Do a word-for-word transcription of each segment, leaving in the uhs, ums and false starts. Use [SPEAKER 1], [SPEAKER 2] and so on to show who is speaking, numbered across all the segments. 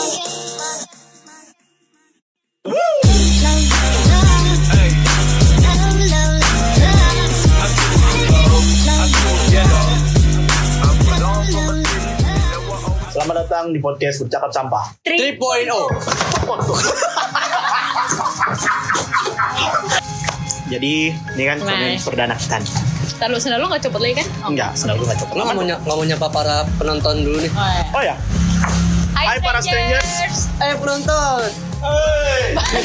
[SPEAKER 1] Selamat datang di podcast Bercakap Sampah
[SPEAKER 2] tiga titik nol.
[SPEAKER 1] Jadi ini kan konten perdana kita.
[SPEAKER 3] Ntar lu sendal lu gak copot lagi kan?
[SPEAKER 1] Oh. Enggak, sendal gue gak copot.
[SPEAKER 2] Lu gak mau, ny- mau nyapa para penonton dulu nih?
[SPEAKER 3] Oh ya,
[SPEAKER 1] oh, ya?
[SPEAKER 3] Hai,
[SPEAKER 1] Hai para strangers.
[SPEAKER 2] Eh penonton.
[SPEAKER 1] Hey.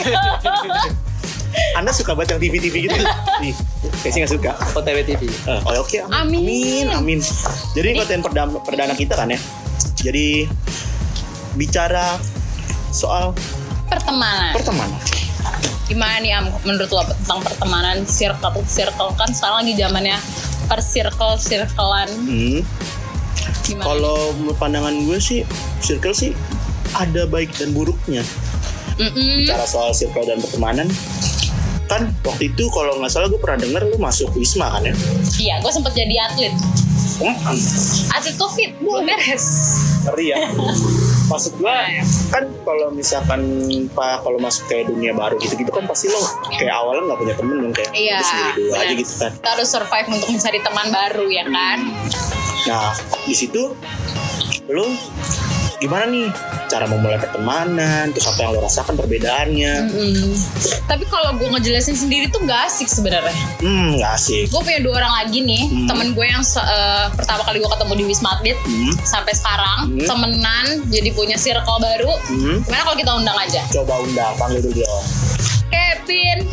[SPEAKER 1] Anda suka banget yang T V-T V gitu? Nih, kayaknya gak suka.
[SPEAKER 2] O T W T V.
[SPEAKER 1] Uh, oh oke, okay. amin. amin, amin. Jadi konten perdana, perdana kita kan ya. Jadi bicara soal
[SPEAKER 3] pertemanan.
[SPEAKER 1] Pertemanan.
[SPEAKER 3] Gimana nih Am, menurut lo tentang pertemanan, circle circle kan sekarang lagi zamannya per circle circlean.
[SPEAKER 1] Hmm. Kalau pandangan gue sih, circle sih ada baik dan buruknya.
[SPEAKER 3] Mm-mm.
[SPEAKER 1] Bicara soal circle dan pertemanan, kan waktu itu kalau nggak salah gue pernah denger lu masuk Wisma kan ya?
[SPEAKER 3] Iya, gue sempet jadi atlet.
[SPEAKER 1] Hmm.
[SPEAKER 3] Atlet COVID, belum beres.
[SPEAKER 1] Ngeri ya. Maksud gue kan kalau misalkan pak kalau masuk kayak dunia baru gitu-gitu kan pasti lo kayak awalnya nggak punya temen dong, kayak
[SPEAKER 3] iya,
[SPEAKER 1] lu sendiri dulu
[SPEAKER 3] bener.
[SPEAKER 1] aja gitu kan.
[SPEAKER 3] Kita harus survive untuk mencari teman baru ya kan.
[SPEAKER 1] Nah di situ lo gimana nih cara memulai pertemanan, terus apa yang lo rasakan perbedaannya?
[SPEAKER 3] Mm-mm. Tapi kalau gue ngejelasin sendiri tuh gak asik sebenarnya.
[SPEAKER 1] Hmm, gak asik.
[SPEAKER 3] Gue punya dua orang lagi nih,
[SPEAKER 1] hmm.
[SPEAKER 3] temen gue yang uh, pertama kali gue ketemu di Wisma Atlet hmm. sampai sekarang hmm. temenan, jadi punya circle baru. Hmm. Gimana kalau kita undang aja?
[SPEAKER 1] Coba undang, panggil dulu dong.
[SPEAKER 3] Kevin.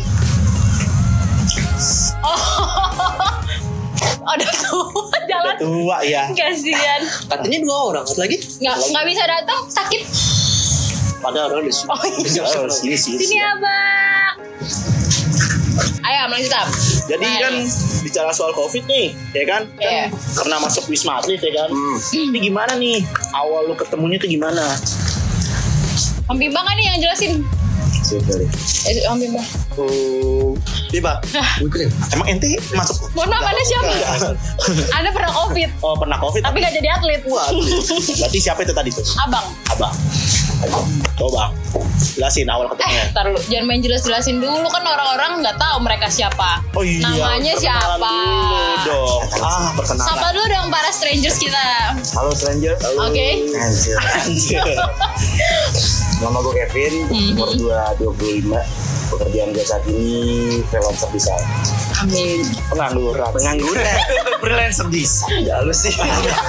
[SPEAKER 3] Oh. Udah tua jalan.
[SPEAKER 1] Udah tua ya.
[SPEAKER 3] Kasian.
[SPEAKER 2] Katanya dua orang, satu lagi?
[SPEAKER 3] Nggak nggak bisa datang, sakit.
[SPEAKER 1] Padahal orang di sini.
[SPEAKER 3] Oh iya.
[SPEAKER 1] Oh, sini sini.
[SPEAKER 3] Sini abang. Ayo lanjut Am.
[SPEAKER 1] Jadi
[SPEAKER 3] Bye.
[SPEAKER 1] kan bicara soal COVID nih, ya kan?
[SPEAKER 3] Yeah.
[SPEAKER 1] Kan pernah masuk Wisma Atlet ya kan? Hmm. Ini gimana nih? Awal lu ketemunya tuh gimana?
[SPEAKER 3] Om Bimbang kan nih yang jelasin.
[SPEAKER 1] Siapa?
[SPEAKER 3] Eh, Om Bimbang.
[SPEAKER 1] Oh, Biba. Emang ente masuk?
[SPEAKER 3] Mohon maaf, Anda siapa? Anda pernah COVID.
[SPEAKER 1] Oh, pernah COVID.
[SPEAKER 3] Tapi nggak jadi atlet.
[SPEAKER 1] Wah, berarti siapa itu tadi tuh?
[SPEAKER 3] Abang.
[SPEAKER 1] Abang. Coba jelasin awal ketemunya.
[SPEAKER 3] Eh, taruh, jangan main jelas-jelasin dulu kan orang-orang nggak tahu mereka siapa.
[SPEAKER 1] Oh iya.
[SPEAKER 3] Namanya siapa?
[SPEAKER 1] Dulu dong. Ah, perkenalan.
[SPEAKER 3] Sapa dulu dong para strangers kita.
[SPEAKER 1] Halo stranger.
[SPEAKER 3] Oke. Okay.
[SPEAKER 1] Anjir. Anjir. Nama gue Kevin, umur mm-hmm. dua puluh lima. Pekerjaan gue saat ini freelancer design.
[SPEAKER 3] Amin.
[SPEAKER 1] Pengangguran. Pengangguran. Freelancer design. Ya lu sih.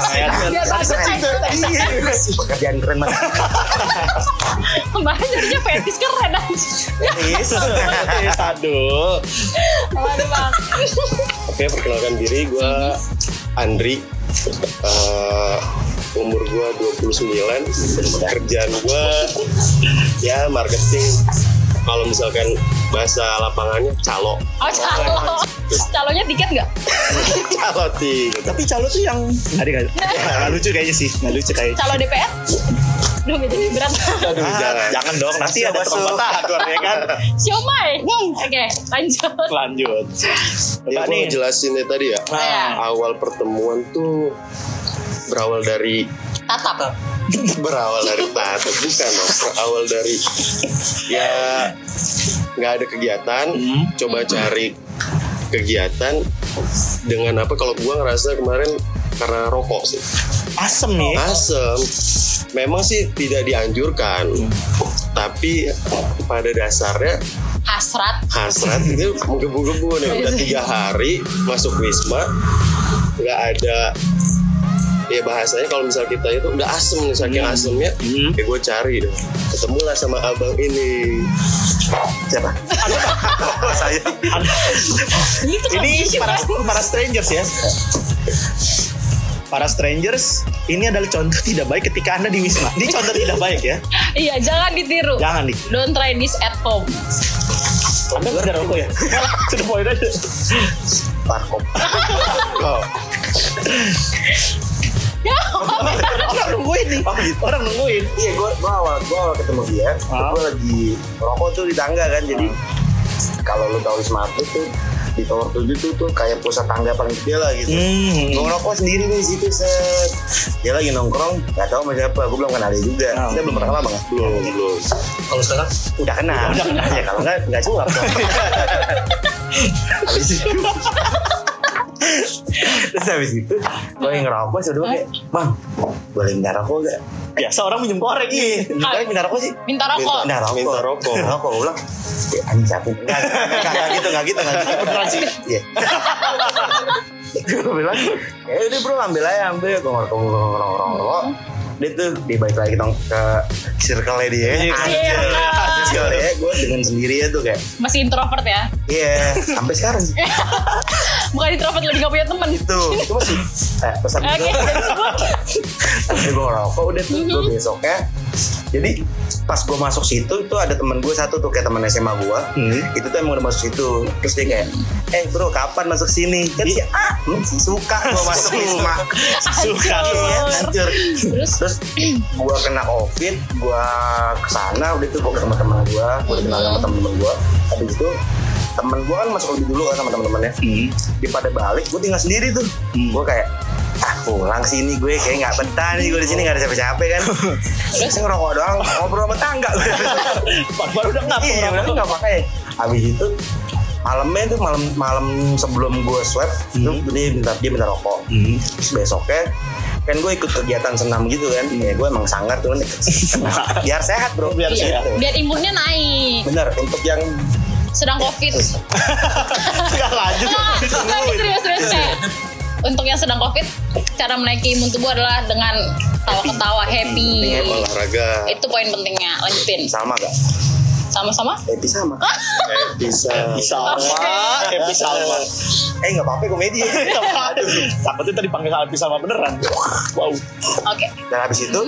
[SPEAKER 1] Pekerjaan keren banget.
[SPEAKER 3] Kemarin jadinya fetis keren aja.
[SPEAKER 1] Fetis. Fetis. Aduh.
[SPEAKER 3] Waduh bang.
[SPEAKER 4] Oke, perkenalkan diri, gue Andri. Uh, umur gue dua puluh sembilan. Kerjaan gue ya marketing. Kalau misalkan bahasa lapangannya calo.
[SPEAKER 3] Oh calo. Calonya tiket nggak?
[SPEAKER 4] Calo tiket.
[SPEAKER 1] Tapi calo tuh yang nggak ada nggak lucu kayaknya sih, nggak lucu kayak.
[SPEAKER 3] Calo D P R? Duh jadi berat.
[SPEAKER 4] Aduh,
[SPEAKER 1] ah,
[SPEAKER 4] jangan.
[SPEAKER 1] jangan dong, nanti ada trompetator ya kan.
[SPEAKER 3] Siomay. Wow. Oke, okay, lanjut.
[SPEAKER 1] Lanjut.
[SPEAKER 4] Ya gue ngejelasinnya tadi ya.
[SPEAKER 3] Ah.
[SPEAKER 4] Awal pertemuan tuh berawal dari
[SPEAKER 3] tatap.
[SPEAKER 4] Berawal dari tatap bukan dong. Berawal dari ya nggak ada kegiatan, hmm. coba cari kegiatan dengan apa? Kalau gue ngerasa kemarin karena rokok sih.
[SPEAKER 1] Asem nih.
[SPEAKER 4] Asem. Memang sih tidak dianjurkan, hmm. tapi pada dasarnya
[SPEAKER 3] hasrat.
[SPEAKER 4] Hasrat itu menggebu-gebu nih. Udah tiga hari masuk Wisma, nggak ada. Ya bahasanya kalau misal kita itu udah asem nih, saking hmm. asemnya, hmm. ya gue cari dong. Ketemulah sama abang ini.
[SPEAKER 1] Siapa? Oh, saya. Ini para, para strangers ya. Para strangers, ini adalah contoh tidak baik ketika Anda di Wisma. Ini contoh tidak baik ya.
[SPEAKER 3] Iya, jangan ditiru.
[SPEAKER 1] Jangan nih.
[SPEAKER 3] Don't try this at home.
[SPEAKER 1] Anda udah rokok ya? Sudah poin aja. Parkop. Oh.
[SPEAKER 3] Ya,
[SPEAKER 1] orang nungguin nih. Oh, gitu. Orang nungguin.
[SPEAKER 5] Iya, gue gue awal gue awal ketemu dia, ah. gue lagi rokok tuh di tangga kan, jadi ah. kalau lu tahu Wisma Atlet tuh di tower tujuh tuh tuh kayak pusat tangga paling gede lah gitu.
[SPEAKER 1] Hmm.
[SPEAKER 5] Gue ngerokok sendiri nih di situ set. Dia lagi nongkrong, nggak tahu sama siapa. Gue belum kenal dia juga.
[SPEAKER 1] Oh.
[SPEAKER 5] Kita belum pernah kenal bang.
[SPEAKER 4] Belum, belum.
[SPEAKER 2] Kalau sekarang
[SPEAKER 5] Udah kenal.
[SPEAKER 1] Udah kenal.
[SPEAKER 5] Ya kalau nggak nggak cuap. Habis itu. Terus habis itu gue yang ngerokok sudah kayak bang boleh minta rokok gak?
[SPEAKER 1] Biasa orang minjem korek.
[SPEAKER 5] Iya, minta minta rokok sih.
[SPEAKER 3] Minta rokok.
[SPEAKER 5] Minta rokok.
[SPEAKER 4] Minta rokok.
[SPEAKER 5] Minta rokok. Gue bilang, ya anjing capek. Enggak, enggak, enggak gitu, enggak gitu, enggak gitu. Beneran sih. Iya. Gue bilang, ya udah bro ambil aja, ambil. Gue ngerokok, gue ngerokok, ngerokok. Dia tuh, dia balik lagi dong ke circle-nya dia. Anjir, anjir ya. Gue dengan sendiri ya tuh kayak,
[SPEAKER 3] Masih introvert ya?
[SPEAKER 5] iya, sampai sekarang sih.
[SPEAKER 3] Bukan introvert lagi gak punya temen.
[SPEAKER 5] Itu, itu masih, eh, pesan
[SPEAKER 3] Oke,
[SPEAKER 5] itu.
[SPEAKER 3] jadi sebut.
[SPEAKER 5] Tapi gue ngerokok udah tuh gue besoknya. Jadi pas gue masuk situ itu ada temen gue satu tuh kayak temen S M A gue.
[SPEAKER 1] Hmm.
[SPEAKER 5] Itu tuh emang udah masuk situ. Terus dia kayak, eh bro kapan masuk sini? Kan dia ah hmm, suka gue masuk Wisma.
[SPEAKER 1] Suka
[SPEAKER 5] Iya, hancur.
[SPEAKER 3] Terus?
[SPEAKER 5] Terus gue kena covid, gue kesana udah tuh gue ketemu teman gue, gue udah kenal sama temen-temen gue. Habis itu temen gue kan masuk lebih dulu kan sama temen-temennya.
[SPEAKER 1] Hmm.
[SPEAKER 5] Dia pada balik, gue tinggal sendiri tuh.
[SPEAKER 1] Hmm.
[SPEAKER 5] Gue kayak ah pulang sini gue kayak nggak betah nih gue di sini nggak ada siapa-siapa kan. Terus ngerokok doang ngobrol sama tangga.
[SPEAKER 1] Baru udah ngapa?
[SPEAKER 5] Iya udah nggak pakai. Habis itu malamnya tuh malam malam sebelum gue swab
[SPEAKER 1] Hmm.
[SPEAKER 5] tuh dia minta dia minta rokok.
[SPEAKER 1] Hmm.
[SPEAKER 5] Terus besoknya kan gue ikut kegiatan senam gitu kan. Ya gue emang sangar tuh kan. Biar sehat bro.
[SPEAKER 1] Biar
[SPEAKER 3] Iya.
[SPEAKER 1] sehat.
[SPEAKER 3] Biar imunnya naik.
[SPEAKER 5] Bener untuk yang
[SPEAKER 3] Sedang covid.
[SPEAKER 1] Enggak lanjut.
[SPEAKER 3] Nggak, nggak, serius serius kayak untuk yang sedang covid, cara menaiki imun tubuh adalah dengan tawa-ketawa happy.
[SPEAKER 4] Olahraga.
[SPEAKER 3] Itu poin pentingnya. Lanjutin.
[SPEAKER 5] sama gak?
[SPEAKER 3] Sama-sama.
[SPEAKER 5] Happy sama.
[SPEAKER 4] Bisa.
[SPEAKER 1] Salma, Happy Salma.
[SPEAKER 5] Eh nggak apa-apa komedi.
[SPEAKER 1] Takutnya tadi panggil Happy Salma beneran. Wow.
[SPEAKER 3] Oke.
[SPEAKER 5] Dan habis itu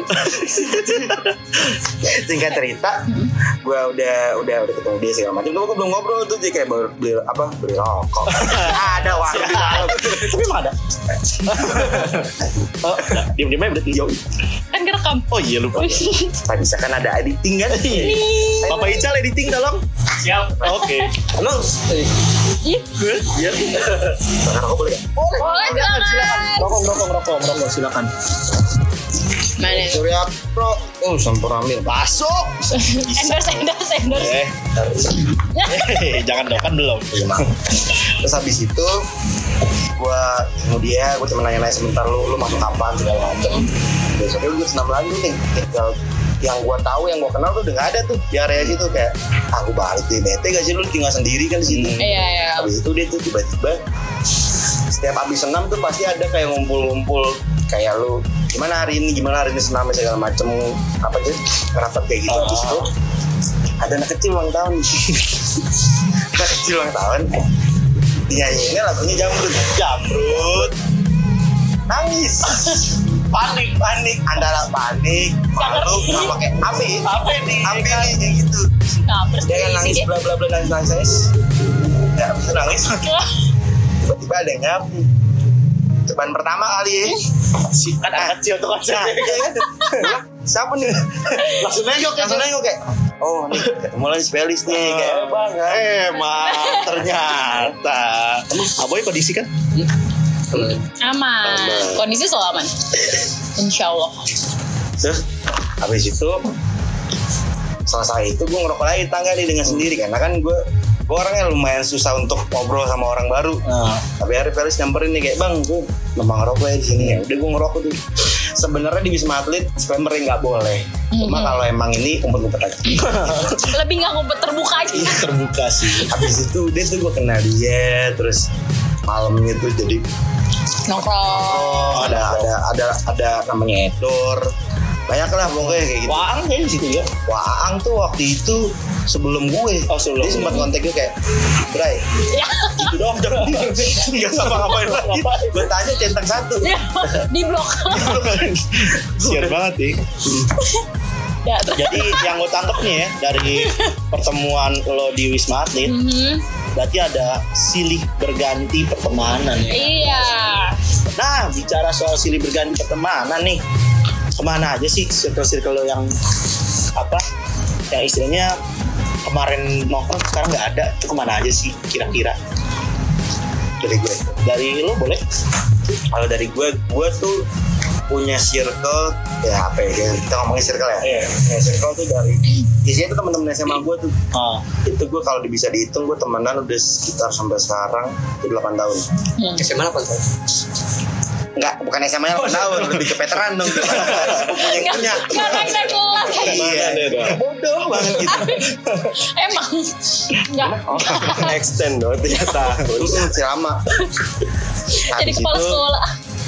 [SPEAKER 5] singkat cerita, gue udah udah udah ketemu dia segala macam. Gue belum ngobrol tuh dia kayak baru beli apa beli rokok. Ada waktu di dalam.
[SPEAKER 1] Tapi emang ada. Oh, diam-diamnya berarti jauh.
[SPEAKER 3] Kan kerekam.
[SPEAKER 1] Oh iya lupa.
[SPEAKER 5] Tadi bisa kan ada editing kan?
[SPEAKER 1] Bapak Ical editing tolong. Siap. Oke.
[SPEAKER 5] Emang
[SPEAKER 3] Ih,
[SPEAKER 1] Iya.
[SPEAKER 5] makan rokok boleh gak?
[SPEAKER 3] boleh
[SPEAKER 1] Silakan.
[SPEAKER 3] silakan.
[SPEAKER 1] Rokok, rokok, rokok, rokok. Silakan.
[SPEAKER 3] Mana?
[SPEAKER 5] Surya Pro. Oh Sampuramin.
[SPEAKER 1] Masuk.
[SPEAKER 3] Endorse, endorse, endorse.
[SPEAKER 1] Eh. Eh, jangan dong kan belum.
[SPEAKER 5] Terus habis itu gue ketemu dia, gue cuma nanya-nanya sebentar lu lu masuk kapan segala macam. Besoknya gue senam lagi tuh tinggal yang gue tahu yang gue kenal tuh udah nggak ada tuh di area situ kayak aku balik deh bete gak sih lu tinggal sendiri kan di situ.
[SPEAKER 3] Iya, iya.
[SPEAKER 5] Habis itu dia tuh tiba-tiba setiap habis senam tuh pasti ada kayak ngumpul-ngumpul kayak lu gimana hari ini gimana hari ini senam segala macem apa sih rapat kayak gitu. Habis itu ada anak kecil ulang tahun anak kecil ulang tahun dinyanyiinnya lagunya Jamrut
[SPEAKER 1] Jamrut.
[SPEAKER 5] nangis panik panik antara panik malu sama kayak Api
[SPEAKER 1] Apa nih?
[SPEAKER 5] Api nih kayak gitu
[SPEAKER 3] Nah, terus
[SPEAKER 5] dia kan nangis
[SPEAKER 3] dia-
[SPEAKER 5] bla bla bla nangis nangis nangis ya bisa nangis tiba-tiba ada yang nyapu depan pertama kali ya
[SPEAKER 1] Si kan anak kecil tuh
[SPEAKER 5] nah,
[SPEAKER 1] konsepnya.
[SPEAKER 5] iya kan? Gua, siapa nih
[SPEAKER 1] Langsung nengok
[SPEAKER 5] langsung nengok kayak oh nih ketemu lagi spelis nih kayak
[SPEAKER 1] Eh, bang, emang ternyata. Aboy kondisi kan?
[SPEAKER 3] Aman.
[SPEAKER 4] Aman.
[SPEAKER 3] Kondisi selalu aman. Insya Allah.
[SPEAKER 5] terus habis itu selesai itu gue ngerokok lagi di tangga nih dengan sendiri karena kan gue gue orangnya lumayan susah untuk ngobrol sama orang baru.
[SPEAKER 1] Nah.
[SPEAKER 5] Tapi hari Felis nyamperin nih kayak bang gue numpang ngerokok ya di sini ya. Udah gue ngerokok tuh. Sebenarnya di Wisma Atlet disclaimer nggak boleh. Cuma
[SPEAKER 3] Mhm.
[SPEAKER 5] kalau emang ini umpet-umpet aja.
[SPEAKER 3] Lebih nggak ngumpet terbuka aja.
[SPEAKER 1] Terbuka sih.
[SPEAKER 5] Habis itu dia tuh gue kenal dia terus malamnya tuh jadi
[SPEAKER 3] Nongkrong.
[SPEAKER 5] oh, ada ada ada ada namanya Edor. Banyak lah pokoknya kayak gitu.
[SPEAKER 1] Waang kayaknya di situ ya.
[SPEAKER 5] Waang tuh waktu itu sebelum gue.
[SPEAKER 1] Oh, sebelum.
[SPEAKER 5] Dia sempat kontak gue kayak, Bray,
[SPEAKER 3] Ya.
[SPEAKER 5] itu doang jangan dia. Nggak ngapa-ngapain lagi. Gue tanya centang satu.
[SPEAKER 3] Di blok.
[SPEAKER 1] Sian banget nih.
[SPEAKER 3] Ya, terus.
[SPEAKER 1] Jadi yang gue tangkep nih ya dari pertemuan lo di Wisma Atlet,
[SPEAKER 3] Mhm.
[SPEAKER 1] berarti ada silih berganti pertemanan ya.
[SPEAKER 3] Iya.
[SPEAKER 1] Nah, bicara soal silih berganti pertemanan nih, kemana aja sih circle-circle lo yang apa? Yang istilahnya kemarin nongkrong sekarang nggak ada, itu kemana aja sih kira-kira?
[SPEAKER 5] dari gue.
[SPEAKER 1] Dari lo boleh?
[SPEAKER 5] Kalau dari gue, gue tuh punya circle ya apa ya? Kita ngomongin circle ya.
[SPEAKER 1] Iya.
[SPEAKER 5] Ya, circle tuh dari isinya tuh teman-teman S M A gue tuh.
[SPEAKER 1] Ah.
[SPEAKER 5] Itu gue kalau bisa dihitung gue temenan udah sekitar sampai sekarang itu delapan tahun.
[SPEAKER 3] Hmm.
[SPEAKER 2] S M A delapan tahun.
[SPEAKER 5] Enggak, bukan S M A delapan tahun, lebih ke veteran dong. Sepupunya yang punya.
[SPEAKER 3] Nggak naik naik kelas.
[SPEAKER 5] Iya, bodoh banget gitu.
[SPEAKER 3] Emang nggak.
[SPEAKER 4] Extend dong tiga tahun.
[SPEAKER 5] Si lama.
[SPEAKER 3] Jadi
[SPEAKER 5] Habis
[SPEAKER 3] kepala
[SPEAKER 5] itu,
[SPEAKER 3] sekolah.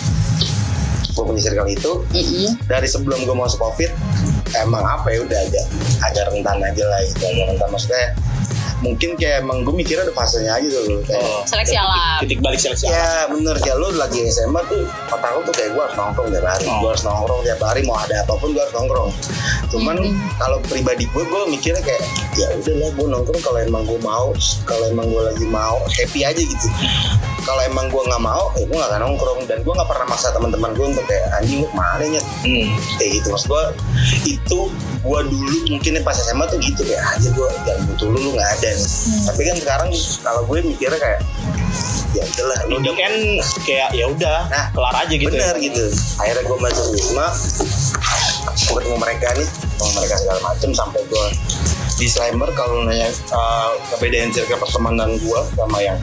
[SPEAKER 5] gue punya circle itu dari sebelum gue masuk covid emang apa ya udah agak agak rentan aja lah gitu, agak rentan maksudnya mungkin kayak emang gue mikirnya ada fasenya aja tuh kayak
[SPEAKER 1] Oh.
[SPEAKER 3] Seleksi alam.
[SPEAKER 1] Titik balik seleksi alam.
[SPEAKER 5] ya bener ya lu lagi S M A tuh otak lu tuh kayak gue harus nongkrong tiap hari
[SPEAKER 1] Oh.
[SPEAKER 5] gue harus nongkrong tiap hari mau ada apapun gue harus nongkrong cuman kalau pribadi gue gue mikirnya kayak ya udahlah gue nongkrong kalau emang gue mau kalau emang gue lagi mau happy aja gitu kalau emang gue nggak mau ya gue nggak akan nongkrong dan gue nggak pernah maksa teman-teman gue untuk kayak anjing lu kemana nyet
[SPEAKER 1] Hmm.
[SPEAKER 5] kayak gitu maksud gue itu gue dulu mungkin pas S M A tuh gitu kayak aja gue jangan butuh lu lu nggak ada nih tapi kan sekarang kalau gue mikirnya kayak ya udahlah lu
[SPEAKER 1] Ini
[SPEAKER 5] udah
[SPEAKER 1] kan kayak ya udah
[SPEAKER 5] Nah,
[SPEAKER 1] kelar aja gitu.
[SPEAKER 5] bener
[SPEAKER 1] ya.
[SPEAKER 5] gitu akhirnya gue masuk Wisma gue ketemu mereka nih ketemu mereka segala macem sampai gue disclaimer kalau nanya uh, kebedaan circle pertemanan gue sama yang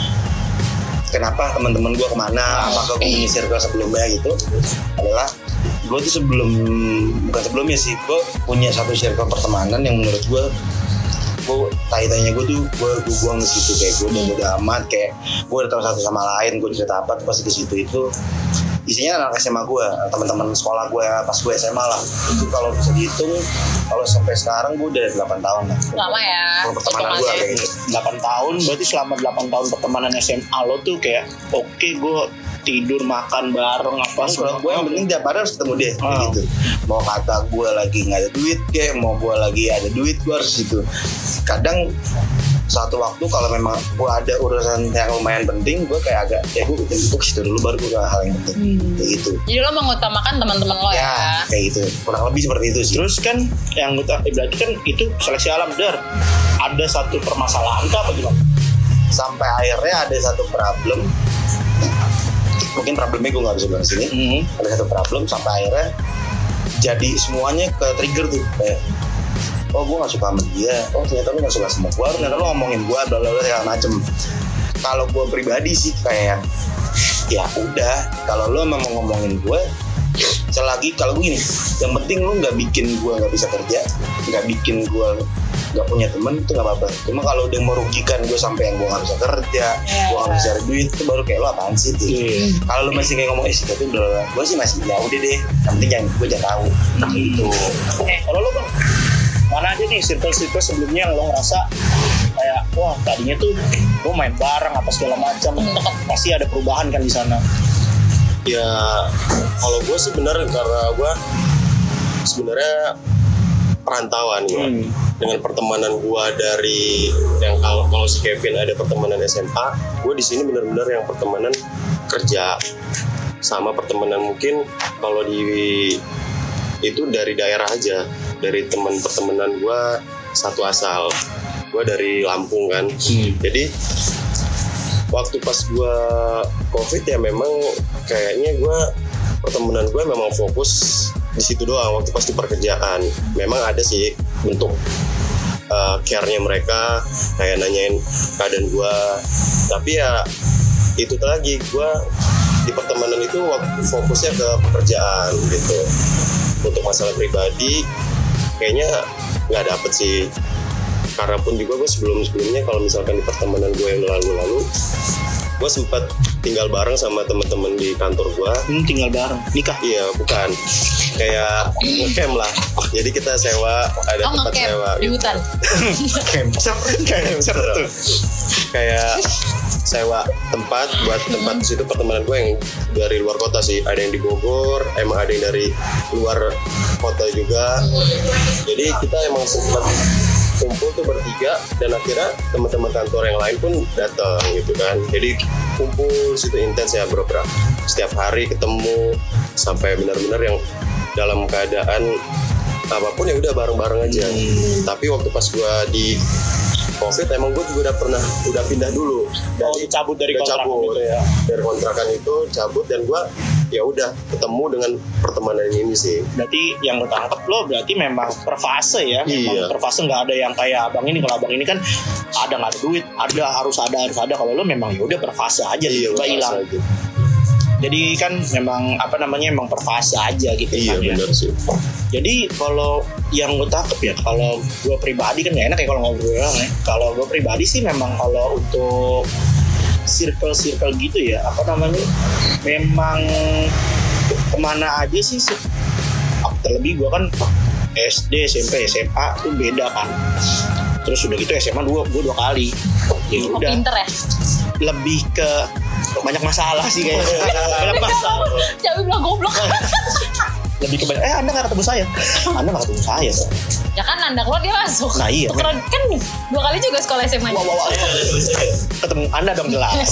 [SPEAKER 5] kenapa teman-teman gue kemana apakah gue punya circle sebelumnya gitu adalah gue tuh sebelum bukan sebelumnya sih gue punya satu circle pertemanan yang menurut gue gue tai-tainya gue tuh gue gue buang di situ kayak gue udah udah amat kayak gue udah tahu satu sama lain gue cerita apa pas di situ itu isinya anak S M A gue teman-teman sekolah gue pas gue S M A lah itu kalau bisa dihitung kalau sampai sekarang gue udah delapan tahun lah
[SPEAKER 3] Lama ya.
[SPEAKER 5] kalau pertemanan gue kayak gitu
[SPEAKER 1] delapan tahun berarti selama delapan tahun pertemanan S M A lo tuh kayak oke okay, gue tidur makan bareng apa
[SPEAKER 5] Pas kalau gue yang penting tiap hari harus ketemu dia kayak
[SPEAKER 1] Oh.
[SPEAKER 5] gitu. Mau kata gue lagi nggak ada duit kayak mau gue lagi ada duit gue harus gitu. Kadang satu waktu kalau memang gue ada urusan yang lumayan penting gue kayak agak ya gue bikin buku situ dulu baru gue ke hal yang penting kayak gitu.
[SPEAKER 3] Jadi lo mengutamakan teman-teman lo ya.
[SPEAKER 5] Ya kayak gitu kurang lebih seperti itu sih.
[SPEAKER 1] terus kan yang uta- eh, berarti kan itu seleksi alam dar ada satu permasalahan kah apa gimana?
[SPEAKER 5] Sampai akhirnya ada satu problem. Mungkin problemnya gue nggak bisa bilang sini.
[SPEAKER 1] Hmm.
[SPEAKER 5] Ada satu problem sampai akhirnya jadi semuanya ke trigger tuh kayak oh gue nggak suka sama dia oh ternyata lu nggak suka sama gue ternyata lu ngomongin gue bla bla bla segala macem kalau gue pribadi sih kayak ya udah kalau lu emang mau ngomongin gue selagi kalau gue gini yang penting lu nggak bikin gue nggak bisa kerja nggak bikin gue nggak punya temen itu nggak apa-apa cuma kalau udah merugikan gue sampai yang gue nggak bisa kerja gue nggak bisa cari duit itu baru kayak lo apaan sih tuh
[SPEAKER 1] Iya.
[SPEAKER 5] kalau lu masih kayak ngomong eh sih tapi udah gue sih masih ya udah deh yang penting jangan gue jangan tahu gitu
[SPEAKER 1] Eh, kalau lo bang, mana aja nih circle-circle sebelumnya yang lo ngerasa kayak wah tadinya tuh gue main bareng apa segala macam, pasti ada perubahan kan di sana.
[SPEAKER 4] Ya kalau gue sih bener karena gue sebenarnya perantauan gue
[SPEAKER 1] Hmm.
[SPEAKER 4] dengan pertemanan gue dari yang kalau kalau si Kevin ada pertemanan S M A, gue di sini bener-bener yang pertemanan kerja sama pertemanan mungkin kalau di itu dari daerah aja dari teman pertemanan gue satu asal gue dari Lampung kan jadi waktu pas gue covid ya memang kayaknya gue pertemanan gue memang fokus di situ doang waktu pas di pekerjaan memang ada sih bentuk uh, care-nya mereka kayak nanyain keadaan gue tapi ya itu lagi gue di pertemanan itu waktu fokusnya ke pekerjaan gitu untuk masalah pribadi kayaknya nggak dapet sih karena pun juga gue sebelum-sebelumnya kalau misalkan di pertemanan gue yang lalu-lalu gue sempat tinggal bareng sama teman-teman di kantor gue.
[SPEAKER 1] Hmm, tinggal bareng, nikah?
[SPEAKER 4] Iya, bukan. Kayak ngecamp lah. Jadi kita sewa, ada
[SPEAKER 3] Oh,
[SPEAKER 4] tempat
[SPEAKER 3] ngecamp
[SPEAKER 4] sewa.
[SPEAKER 3] di hutan.
[SPEAKER 5] Camper
[SPEAKER 4] Kayak seru. Kayak sewa tempat buat tempat di situ pertemanan gue yang dari luar kota sih. Ada yang di Bogor, emang ada yang dari luar kota juga. Jadi kita emang sempat kumpul tuh bertiga dan akhirnya teman-teman kantor yang lain pun datang gitu kan. Jadi kumpul situ intens ya bro bro. Setiap hari ketemu sampai benar-benar yang dalam keadaan apapun ya udah bareng-bareng aja. Hmm. Tapi waktu pas gua di COVID emang gue juga udah pernah udah pindah dulu.
[SPEAKER 1] Oh, cabut dari
[SPEAKER 4] udah
[SPEAKER 1] kontrakan
[SPEAKER 4] cabut
[SPEAKER 1] itu ya.
[SPEAKER 4] Dari kontrakan itu cabut dan gue ya udah ketemu dengan pertemanan ini sih.
[SPEAKER 1] Berarti yang lo tangkap lo berarti memang per fase ya. Memang
[SPEAKER 4] Iya.
[SPEAKER 1] per fase nggak ada yang kayak abang ini. Kalau abang ini kan ada nggak ada duit, ada harus ada harus ada. Kalau lo memang ya udah per fase aja,
[SPEAKER 4] Iya,
[SPEAKER 1] tiba
[SPEAKER 4] per fase
[SPEAKER 1] hilang.
[SPEAKER 4] aja.
[SPEAKER 1] Jadi kan memang apa namanya memang per fase aja gitu
[SPEAKER 4] Iya
[SPEAKER 1] kan ya.
[SPEAKER 4] benar sih.
[SPEAKER 1] Jadi kalau yang gue tangkap ya, kalau gue pribadi kan gak enak ya kalau ngobrol ya. Kalau gue pribadi sih memang kalau untuk circle-circle gitu ya, apa namanya, memang kemana aja sih, sih. Terlebih gue kan S D, S M P, S M A tuh beda kan. Terus udah gitu S M A dua, gue dua kali. Ya
[SPEAKER 3] Oh,
[SPEAKER 1] udah,
[SPEAKER 3] pinter ya.
[SPEAKER 1] lebih ke banyak masalah sih kayaknya. Banyak masalah.
[SPEAKER 3] Jangan bilang goblok.
[SPEAKER 1] Lebih ke banyak, eh anda gak ketemu saya. Anda gak ketemu saya.
[SPEAKER 3] Ya kan anda keluar dia masuk.
[SPEAKER 1] Nah, iya.
[SPEAKER 3] Tukeran kan dua kali juga sekolah S M A.
[SPEAKER 1] Wah, wah, wah. Ketemu anda dong jelas.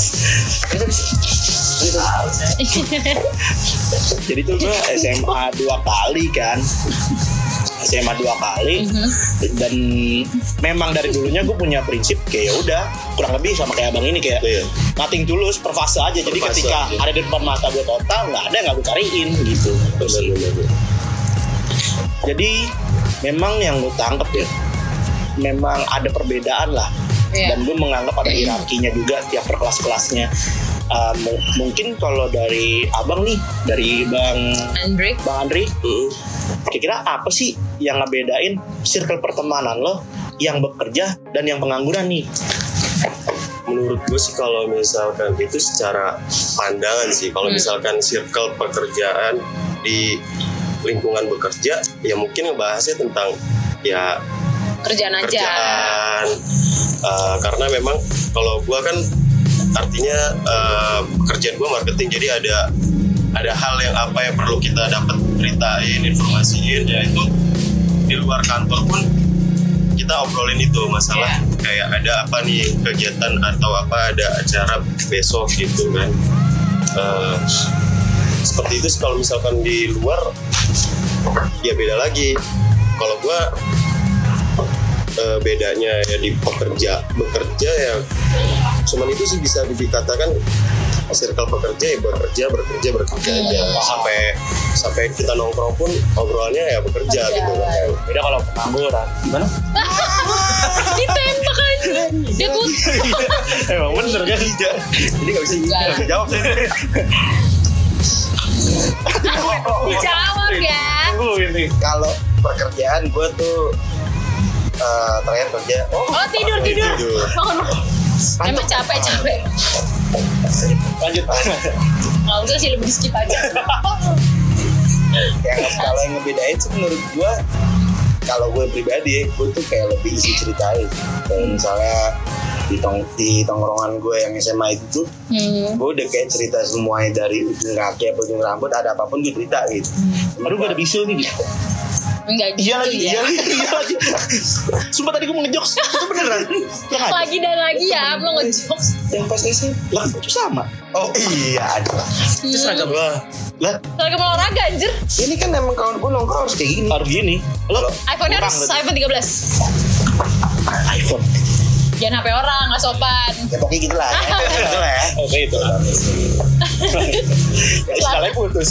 [SPEAKER 1] Jadi tuh gue S M A dua kali kan. S M A dua kali. Dan memang dari dulunya gue punya prinsip kayak ya udah kurang lebih sama kayak abang ini kayak
[SPEAKER 4] Iya.
[SPEAKER 1] nothing tulus per fase aja. Jadi
[SPEAKER 4] Per fase
[SPEAKER 1] ketika
[SPEAKER 4] aja.
[SPEAKER 1] ada di depan mata gue total nggak ada nggak gue cariin gitu.
[SPEAKER 4] Benar-benar.
[SPEAKER 1] Jadi memang yang gue tangkep ya, memang ada perbedaan lah.
[SPEAKER 3] Iya.
[SPEAKER 1] Dan gue menganggap ada hierarkinya juga tiap per kelas-kelasnya. Uh, m- mungkin kalau dari abang nih, dari bang
[SPEAKER 3] Andre.
[SPEAKER 1] bang Andri,
[SPEAKER 4] Mm.
[SPEAKER 1] kira-kira apa sih yang ngebedain circle pertemanan lo yang bekerja dan yang pengangguran nih?
[SPEAKER 4] Menurut gue sih kalau misalkan itu secara pandangan sih, kalau
[SPEAKER 3] Hmm.
[SPEAKER 4] misalkan circle pekerjaan di lingkungan bekerja, ya mungkin ngebahasnya tentang ya
[SPEAKER 3] Kerjaan aja.
[SPEAKER 4] kerjaan. Uh, karena memang kalau gue kan artinya uh, pekerjaan gue marketing, jadi ada ada hal yang apa yang perlu kita dapat beritain, informasiin, ya itu di luar kantor pun kita obrolin itu masalah kayak ada apa nih kegiatan atau apa ada acara besok gitu kan. Uh, seperti itu sih. Kalau misalkan di luar ya beda lagi. Kalau gue uh, bedanya ya di pekerja bekerja ya cuman itu sih bisa dikatakan circle pekerja ya bekerja bekerja bekerja aja sampai sampai kita nongkrong pun obrolannya ya bekerja
[SPEAKER 3] Bekerja.
[SPEAKER 4] gitu kan.
[SPEAKER 1] Beda kalau pengangguran. Gimana?
[SPEAKER 3] Ditembak aja. Dia tuh.
[SPEAKER 1] Emang bener kan? Jadi gak bisa,
[SPEAKER 3] Enggak.
[SPEAKER 1] gak bisa jawab saya.
[SPEAKER 3] Dijawab ya.
[SPEAKER 1] Tunggu ini.
[SPEAKER 5] Kalau pekerjaan gue tuh eh, terakhir kerja oh
[SPEAKER 3] Oh tidur tidur.
[SPEAKER 4] Tidur.
[SPEAKER 3] Bangun. Emang capek capek.
[SPEAKER 1] Lanjut.
[SPEAKER 3] Nggak usah sih, lebih di skip aja.
[SPEAKER 5] yang kalau yang ngebedain sih menurut gue, kalau gue pribadi gue tuh kayak lebih isi ceritain. Kayak misalnya di, tong di tongkrongan gue yang S M A itu tuh
[SPEAKER 3] Hmm.
[SPEAKER 5] gue udah kayak cerita semuanya dari ujung kaki apa ujung rambut, ada apapun gue cerita gitu.
[SPEAKER 1] Aduh gue ada bisul nih gitu.
[SPEAKER 3] Enggak gitu
[SPEAKER 1] Iya lagi,
[SPEAKER 3] ya.
[SPEAKER 1] iya lagi, iya lagi. Sumpah tadi gue mau ngejokes, itu beneran. Yang ada.
[SPEAKER 3] Lagi dan lagi ya, lo ngejok.
[SPEAKER 5] Yang pas S M A
[SPEAKER 1] Lah itu sama.
[SPEAKER 5] oh iya ada.
[SPEAKER 1] Itu seragam lah. Lah
[SPEAKER 3] Seragam olahraga anjir.
[SPEAKER 5] Ini kan emang kalau gue nongkrong harus kayak gini.
[SPEAKER 1] harus gini. Lo
[SPEAKER 3] iPhone-nya
[SPEAKER 1] kurang
[SPEAKER 3] harus
[SPEAKER 1] berarti.
[SPEAKER 3] iPhone tiga belas.
[SPEAKER 1] iPhone.
[SPEAKER 3] Jangan H P orang, nggak sopan.
[SPEAKER 5] Ya pokoknya gitu lah. Ya. Gitu lah ya.
[SPEAKER 1] Oke itu. Sekali putus.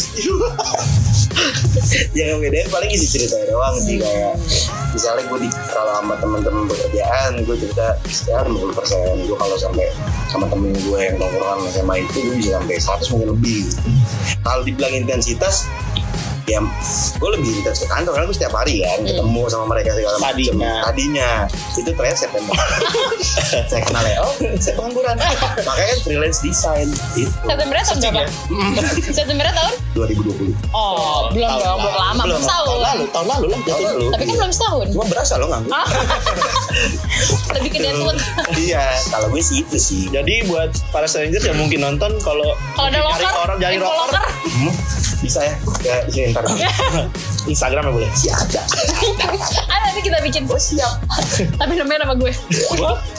[SPEAKER 5] Yang ngebedain paling isi cerita doang sih, kayak misalnya gue di kalau sama teman-teman pekerjaan gue cerita ya lima puluh persen, gue kalau sampai sama temen gue yang nongkrongan S M A itu gue bisa sampai seratus mungkin lebih. Kalau dibilang intensitas ya gue lebih intens ke kantor karena gue setiap hari kan ketemu sama mereka segala macam.
[SPEAKER 1] Tadinya.
[SPEAKER 5] Tadinya itu terakhir September. Saya kenal ya, oh saya pengangguran. Makanya kan freelance design itu
[SPEAKER 3] September tahun berapa? September tahun?
[SPEAKER 5] dua ribu dua puluh.
[SPEAKER 3] Oh, belum
[SPEAKER 1] Tahun
[SPEAKER 3] dong, belum
[SPEAKER 1] lalu.
[SPEAKER 3] lama, belum
[SPEAKER 1] Tahun
[SPEAKER 3] setahun.
[SPEAKER 1] lalu, tahun lalu lah.
[SPEAKER 5] Tahun lalu.
[SPEAKER 3] Tapi kan
[SPEAKER 5] Iya.
[SPEAKER 3] belum setahun.
[SPEAKER 5] Cuma berasa loh nganggur.
[SPEAKER 3] Ah. Lebih ke Deadwood.
[SPEAKER 5] Iya, kalau gue sih itu sih.
[SPEAKER 1] Jadi buat para strangers yang mungkin nonton kalau
[SPEAKER 3] Kalau ada
[SPEAKER 1] nyari
[SPEAKER 3] locker,
[SPEAKER 1] orang jadi
[SPEAKER 3] info
[SPEAKER 1] rocker,
[SPEAKER 5] Hmm, bisa ya? Ya, sini ntar.
[SPEAKER 1] Instagram ya boleh.
[SPEAKER 5] Si ada.
[SPEAKER 3] Ah, nanti kita bikin.
[SPEAKER 5] Oh siap.
[SPEAKER 3] Tapi namanya nama gue.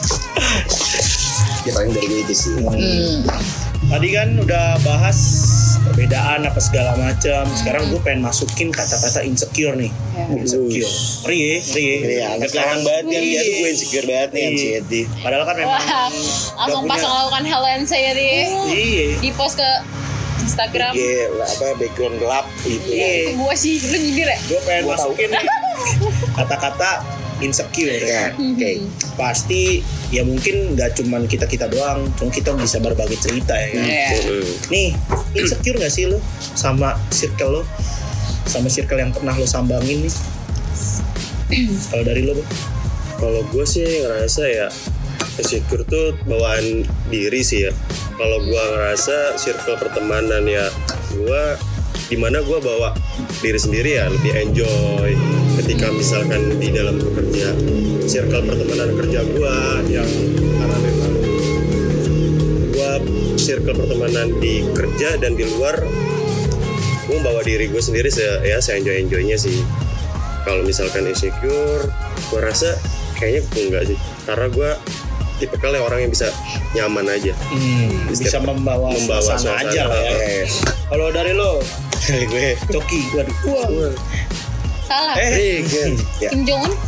[SPEAKER 5] Ya paling dari gue itu sih.
[SPEAKER 3] Hmm.
[SPEAKER 1] Tadi kan udah bahas perbedaan apa segala macam. Sekarang gue pengen masukin kata-kata insecure nih.
[SPEAKER 3] Ya.
[SPEAKER 1] Insecure. Rie, rie.
[SPEAKER 5] Iya, agak sekarang banget kan dia tuh gue insecure banget nih
[SPEAKER 1] Iya.
[SPEAKER 5] anxiety.
[SPEAKER 1] Padahal kan memang
[SPEAKER 3] Wah, langsung
[SPEAKER 1] punya-
[SPEAKER 3] pasang lakukan Hello Anxiety
[SPEAKER 1] iya.
[SPEAKER 3] di post ke Instagram.
[SPEAKER 5] Iya, apa background gelap gitu.
[SPEAKER 1] Iya.
[SPEAKER 3] Itu gua sih, lu nyindir ya?
[SPEAKER 1] Gue pengen
[SPEAKER 5] Gua tahu.
[SPEAKER 1] masukin nih kata-kata insecure ya.
[SPEAKER 5] Oke.
[SPEAKER 1] Pasti ya mungkin nggak cuman kita kita doang, cuma kita bisa berbagi cerita ya kan.
[SPEAKER 3] Iya.
[SPEAKER 4] Mm.
[SPEAKER 1] Nih, insecure gak sih lo sama circle lo? Sama circle yang pernah lo sambangin nih? Kalau dari lo, Bang?
[SPEAKER 4] Kalau gue sih ngerasa ya insecure tuh bawaan diri sih ya. Kalau gue ngerasa circle pertemanan ya gue dimana gue bawa diri sendiri ya lebih enjoy ketika misalkan di dalam bekerja circle pertemanan kerja gue yang karena memang gue circle pertemanan di kerja dan di luar gue bawa diri gue sendiri se ya se enjoy enjoynya sih. Kalau misalkan insecure gue rasa kayaknya gue enggak sih karena gue tipe kali orang yang bisa nyaman aja.
[SPEAKER 1] Hmm, bisa
[SPEAKER 4] Setiap-
[SPEAKER 1] membawa,
[SPEAKER 4] membawa
[SPEAKER 1] suasana,
[SPEAKER 4] suasana.
[SPEAKER 1] aja lah ya.
[SPEAKER 5] Eh,
[SPEAKER 1] Kalau dari lo,
[SPEAKER 5] dari gue.
[SPEAKER 1] Coki, waduh. Wah.
[SPEAKER 3] Salah.
[SPEAKER 1] Eh,
[SPEAKER 5] Ya.
[SPEAKER 3] Kim Jong Un.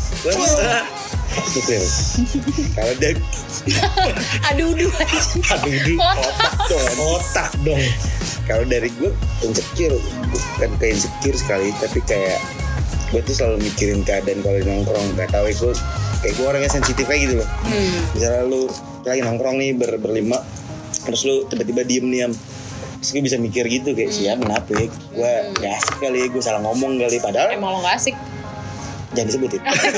[SPEAKER 5] Gitu ya. Kalau dari
[SPEAKER 3] Aduh, aduh.
[SPEAKER 1] aduh, aduh.
[SPEAKER 3] Otak.
[SPEAKER 1] dong, otak dong.
[SPEAKER 5] kalau dari gue insecure bukan kayak insecure sekali tapi kayak gue tuh selalu mikirin keadaan kalau di nongkrong nggak tahu itu kayak gue orangnya sensitif aja gitu loh.
[SPEAKER 3] Hmm.
[SPEAKER 5] Misalnya lu lagi nongkrong nih ber berlima terus lu tiba-tiba diem nih am terus gue bisa mikir gitu kayak siapa kenapa ya gue gak asik kali ya gue salah ngomong kali padahal
[SPEAKER 3] Emang lo gak asik.
[SPEAKER 5] jangan disebutin.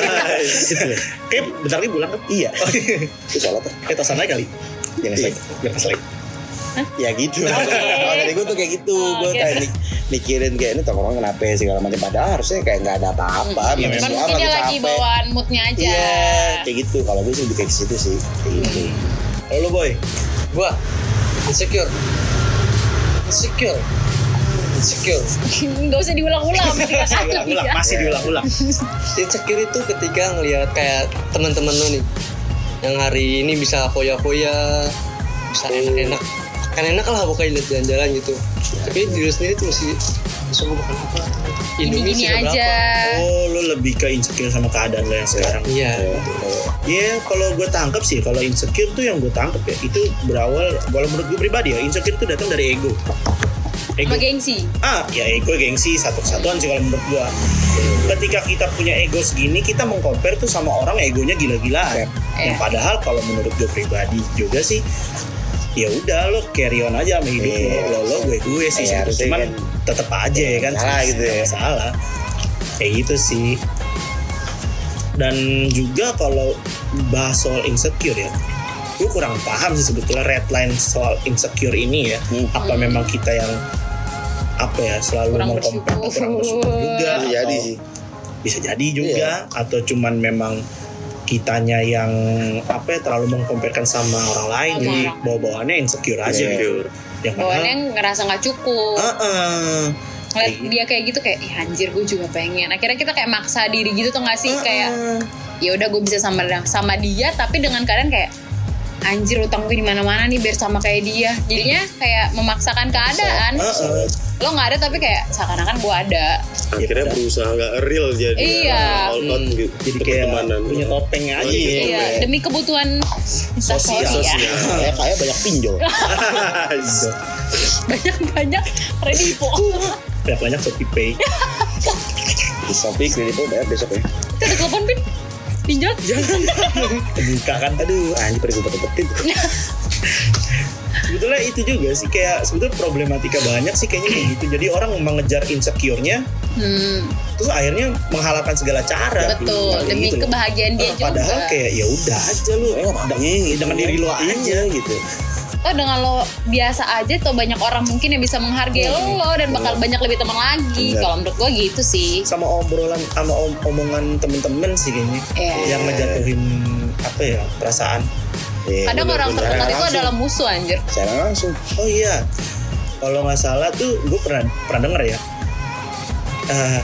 [SPEAKER 1] Kayak bentar lagi pulang kan?
[SPEAKER 5] Iya itu salah tuh
[SPEAKER 1] Kayak tosan aja kali.
[SPEAKER 5] jangan
[SPEAKER 1] Iya,
[SPEAKER 5] sakit
[SPEAKER 1] biar pas lagi.
[SPEAKER 5] ya gitu. Kalau dari gue tuh kayak gitu gue
[SPEAKER 3] Oke.
[SPEAKER 5] kayak mik- mikirin kayak ini tongkrong kenapa ya segala macam padahal harusnya kayak nggak ada apa-apa
[SPEAKER 1] Iya,
[SPEAKER 5] manusia
[SPEAKER 3] Cuman mungkin dia lagi
[SPEAKER 5] capek.
[SPEAKER 3] bawaan moodnya aja.
[SPEAKER 5] Iya kayak gitu kalau gue sih lebih kayak situ sih kayak gitu.
[SPEAKER 1] Kalau lo, Boy?
[SPEAKER 2] Gua insecure. Insecure. Insecure.
[SPEAKER 3] Gak usah diulang-ulang. tiga kali
[SPEAKER 1] Diulang-ulang,
[SPEAKER 3] ya.
[SPEAKER 1] masih diulang-ulang.
[SPEAKER 2] Insecure itu ketika ngelihat kayak teman-teman lo nih yang hari ini bisa foya-foya, bisa enak-enak. Kan enak lah pokoknya lihat jalan-jalan gitu. Tapi diri sendiri tuh masih masuk gue makan apa? Indomie
[SPEAKER 3] Gini-gini
[SPEAKER 2] sudah berapa?
[SPEAKER 3] aja.
[SPEAKER 1] Oh, lo lebih ke insecure sama keadaan lo yang sekarang.
[SPEAKER 2] Iya.
[SPEAKER 1] Ya, kalau gue tangkap sih, kalau insecure tuh yang gue tangkap ya, itu berawal, kalau menurut gue pribadi ya, insecure tuh datang dari ego. Ego.
[SPEAKER 3] Sama gengsi.
[SPEAKER 1] Ah, ya ego gengsi satu-satuan sih kalau menurut gue. Ketika kita punya ego segini, kita mengcompare tuh sama orang egonya gila-gilaan. Yang
[SPEAKER 3] Iya.
[SPEAKER 1] padahal kalau menurut gue pribadi juga sih, ya udah lo carry on aja sama hidup
[SPEAKER 5] Iya.
[SPEAKER 1] lo, lo gue gue sih,
[SPEAKER 5] Iya, harusnya
[SPEAKER 1] cuman
[SPEAKER 5] kan
[SPEAKER 1] tetep aja ya kan,
[SPEAKER 5] salah gitu ya.
[SPEAKER 1] Nggak masalah, kayak gitu sih. Dan juga kalau bahas soal insecure ya, gue kurang paham sih sebetulnya red line soal insecure ini ya.
[SPEAKER 5] Hmm.
[SPEAKER 1] Apa memang kita yang apa ya selalu
[SPEAKER 3] Kurang
[SPEAKER 1] mengkompar
[SPEAKER 3] bersyukur.
[SPEAKER 1] kurang bersyukur juga,
[SPEAKER 5] Bisa jadi
[SPEAKER 1] atau-
[SPEAKER 5] sih.
[SPEAKER 1] bisa jadi juga, atau cuman memang kitanya yang apa ya terlalu mengkomparkan sama orang lain,
[SPEAKER 3] Sama
[SPEAKER 1] jadi
[SPEAKER 3] orang.
[SPEAKER 1] bawa-bawaannya insecure aja
[SPEAKER 5] Iya.
[SPEAKER 1] gitu. Yang padahal
[SPEAKER 3] Bawaannya ngerasa gak cukup.
[SPEAKER 1] Heeh.
[SPEAKER 3] Ngeliat
[SPEAKER 1] Kayak
[SPEAKER 3] dia kayak gitu kayak, ih anjir gue juga pengen. Akhirnya kita kayak maksa diri gitu tuh gak sih? Kayak ya udah gue bisa sama sama dia tapi dengan keadaan kayak anjir utang gue di mana-mana nih biar sama kayak dia. Jadinya kayak memaksakan keadaan.
[SPEAKER 1] Heeh.
[SPEAKER 3] Lo nggak ada tapi kayak seakan-akan gue ada.
[SPEAKER 4] Akhirnya berusaha nggak real jadi
[SPEAKER 3] Iya.
[SPEAKER 4] all out gitu.
[SPEAKER 1] Jadi kayak
[SPEAKER 4] pertemanan.
[SPEAKER 1] punya topeng aja
[SPEAKER 4] Oh, iya.
[SPEAKER 1] gitu.
[SPEAKER 3] Iya, demi kebutuhan
[SPEAKER 1] Sosial.
[SPEAKER 3] instastory ya.
[SPEAKER 5] Kayak kayak banyak pinjol.
[SPEAKER 3] Banyak-banyak Redipo.
[SPEAKER 1] Banyak banyak Shopee Pay.
[SPEAKER 5] Di Shopee kredit itu bayar besok ya.
[SPEAKER 3] Kita ada telepon Pin. Pinjol.
[SPEAKER 1] Jangan buka kan.
[SPEAKER 5] Aduh anjir pergi gue dapetin.
[SPEAKER 1] Sebetulnya itu juga sih kayak sebetulnya problematika banyak sih kayaknya kayak gitu. Jadi orang mengejar insecure-nya
[SPEAKER 3] Hmm,
[SPEAKER 1] terus akhirnya menghalalkan segala cara.
[SPEAKER 3] betul.
[SPEAKER 1] Kayak
[SPEAKER 3] Demi
[SPEAKER 1] gitu loh.
[SPEAKER 3] kebahagiaan dia
[SPEAKER 1] Eh,
[SPEAKER 3] juga.
[SPEAKER 1] Padahal kayak ya udah aja lu
[SPEAKER 5] Eh, makanya gitu.
[SPEAKER 1] dengan diri lu aja gitu.
[SPEAKER 3] Oh dengan lo biasa aja tuh banyak orang mungkin yang bisa menghargai lo dan bakal banyak lebih teman lagi.
[SPEAKER 5] Bener.
[SPEAKER 3] Kalau menurut gue gitu sih.
[SPEAKER 1] Sama obrolan sama om- omongan temen-temen sih kayaknya
[SPEAKER 3] Iya.
[SPEAKER 1] yang ngejatuhin apa ya perasaan.
[SPEAKER 5] Iya,
[SPEAKER 3] Kadang
[SPEAKER 5] bener,
[SPEAKER 3] orang
[SPEAKER 5] bener.
[SPEAKER 3] terdekat itu
[SPEAKER 5] Langsung.
[SPEAKER 3] adalah musuh anjir.
[SPEAKER 5] Secara langsung.
[SPEAKER 1] Oh iya, kalau nggak salah tuh gue pernah pernah denger ya. Eh,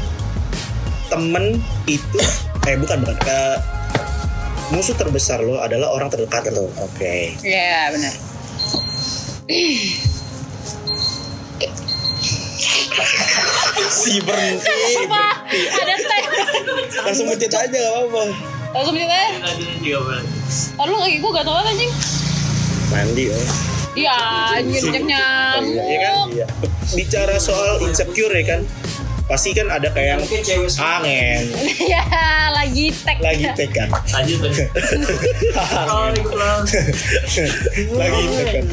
[SPEAKER 1] temen itu, eh bukan bukan. Eh, musuh terbesar lo adalah orang terdekat lo.
[SPEAKER 5] Oke.
[SPEAKER 3] Iya benar.
[SPEAKER 1] masih berhenti.
[SPEAKER 3] Sumpah, ada teh.
[SPEAKER 1] Langsung mencet aja gak apa-apa.
[SPEAKER 3] Langsung mencet aja. Lalu kaki gue gatel banget anjing.
[SPEAKER 1] Mandi oh.
[SPEAKER 3] Iya, anjir cek nyamuk.
[SPEAKER 1] Iya kan? Iya. Bicara soal insecure ya kan. Pasti kan ada kayak yang angin.
[SPEAKER 3] Ya, lagi tek.
[SPEAKER 1] Lagi tek kan.
[SPEAKER 6] Lanjut lanjut.
[SPEAKER 1] Lagi tek kan.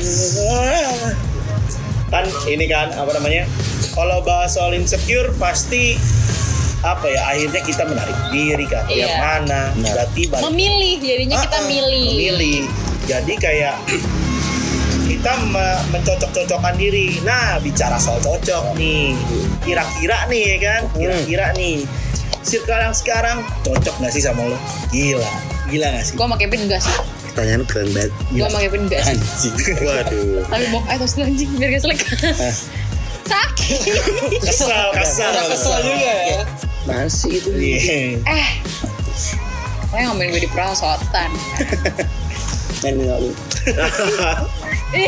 [SPEAKER 1] Kan ini kan apa namanya? Kalau bahas soal insecure pasti apa ya akhirnya kita menarik diri kan
[SPEAKER 3] Iya.
[SPEAKER 1] yang mana berarti balik
[SPEAKER 3] Memilih, jadinya kita
[SPEAKER 1] Ah, ah,
[SPEAKER 3] milih.
[SPEAKER 1] memilih jadi kayak kita me- mencocok-cocokkan diri. Nah bicara soal cocok nih kira-kira nih ya kan kira-kira nih circle yang sekarang cocok gak sih sama lo? Gila gila gak sih?
[SPEAKER 3] Gue sama Kevin enggak sih.
[SPEAKER 1] Pertanyaan keren banget.
[SPEAKER 3] Gue sama Kevin enggak sih.
[SPEAKER 1] Anjing.
[SPEAKER 4] Waduh.
[SPEAKER 3] Tapi bok, eh terus dulu anjing biar gak selek. Sakit.
[SPEAKER 1] Kesal kesal
[SPEAKER 2] Kesel juga ya.
[SPEAKER 1] masih itu. Iya.
[SPEAKER 3] Eh. Pokoknya ngomongin gue di perawatan.
[SPEAKER 1] Main lu.
[SPEAKER 3] Ih,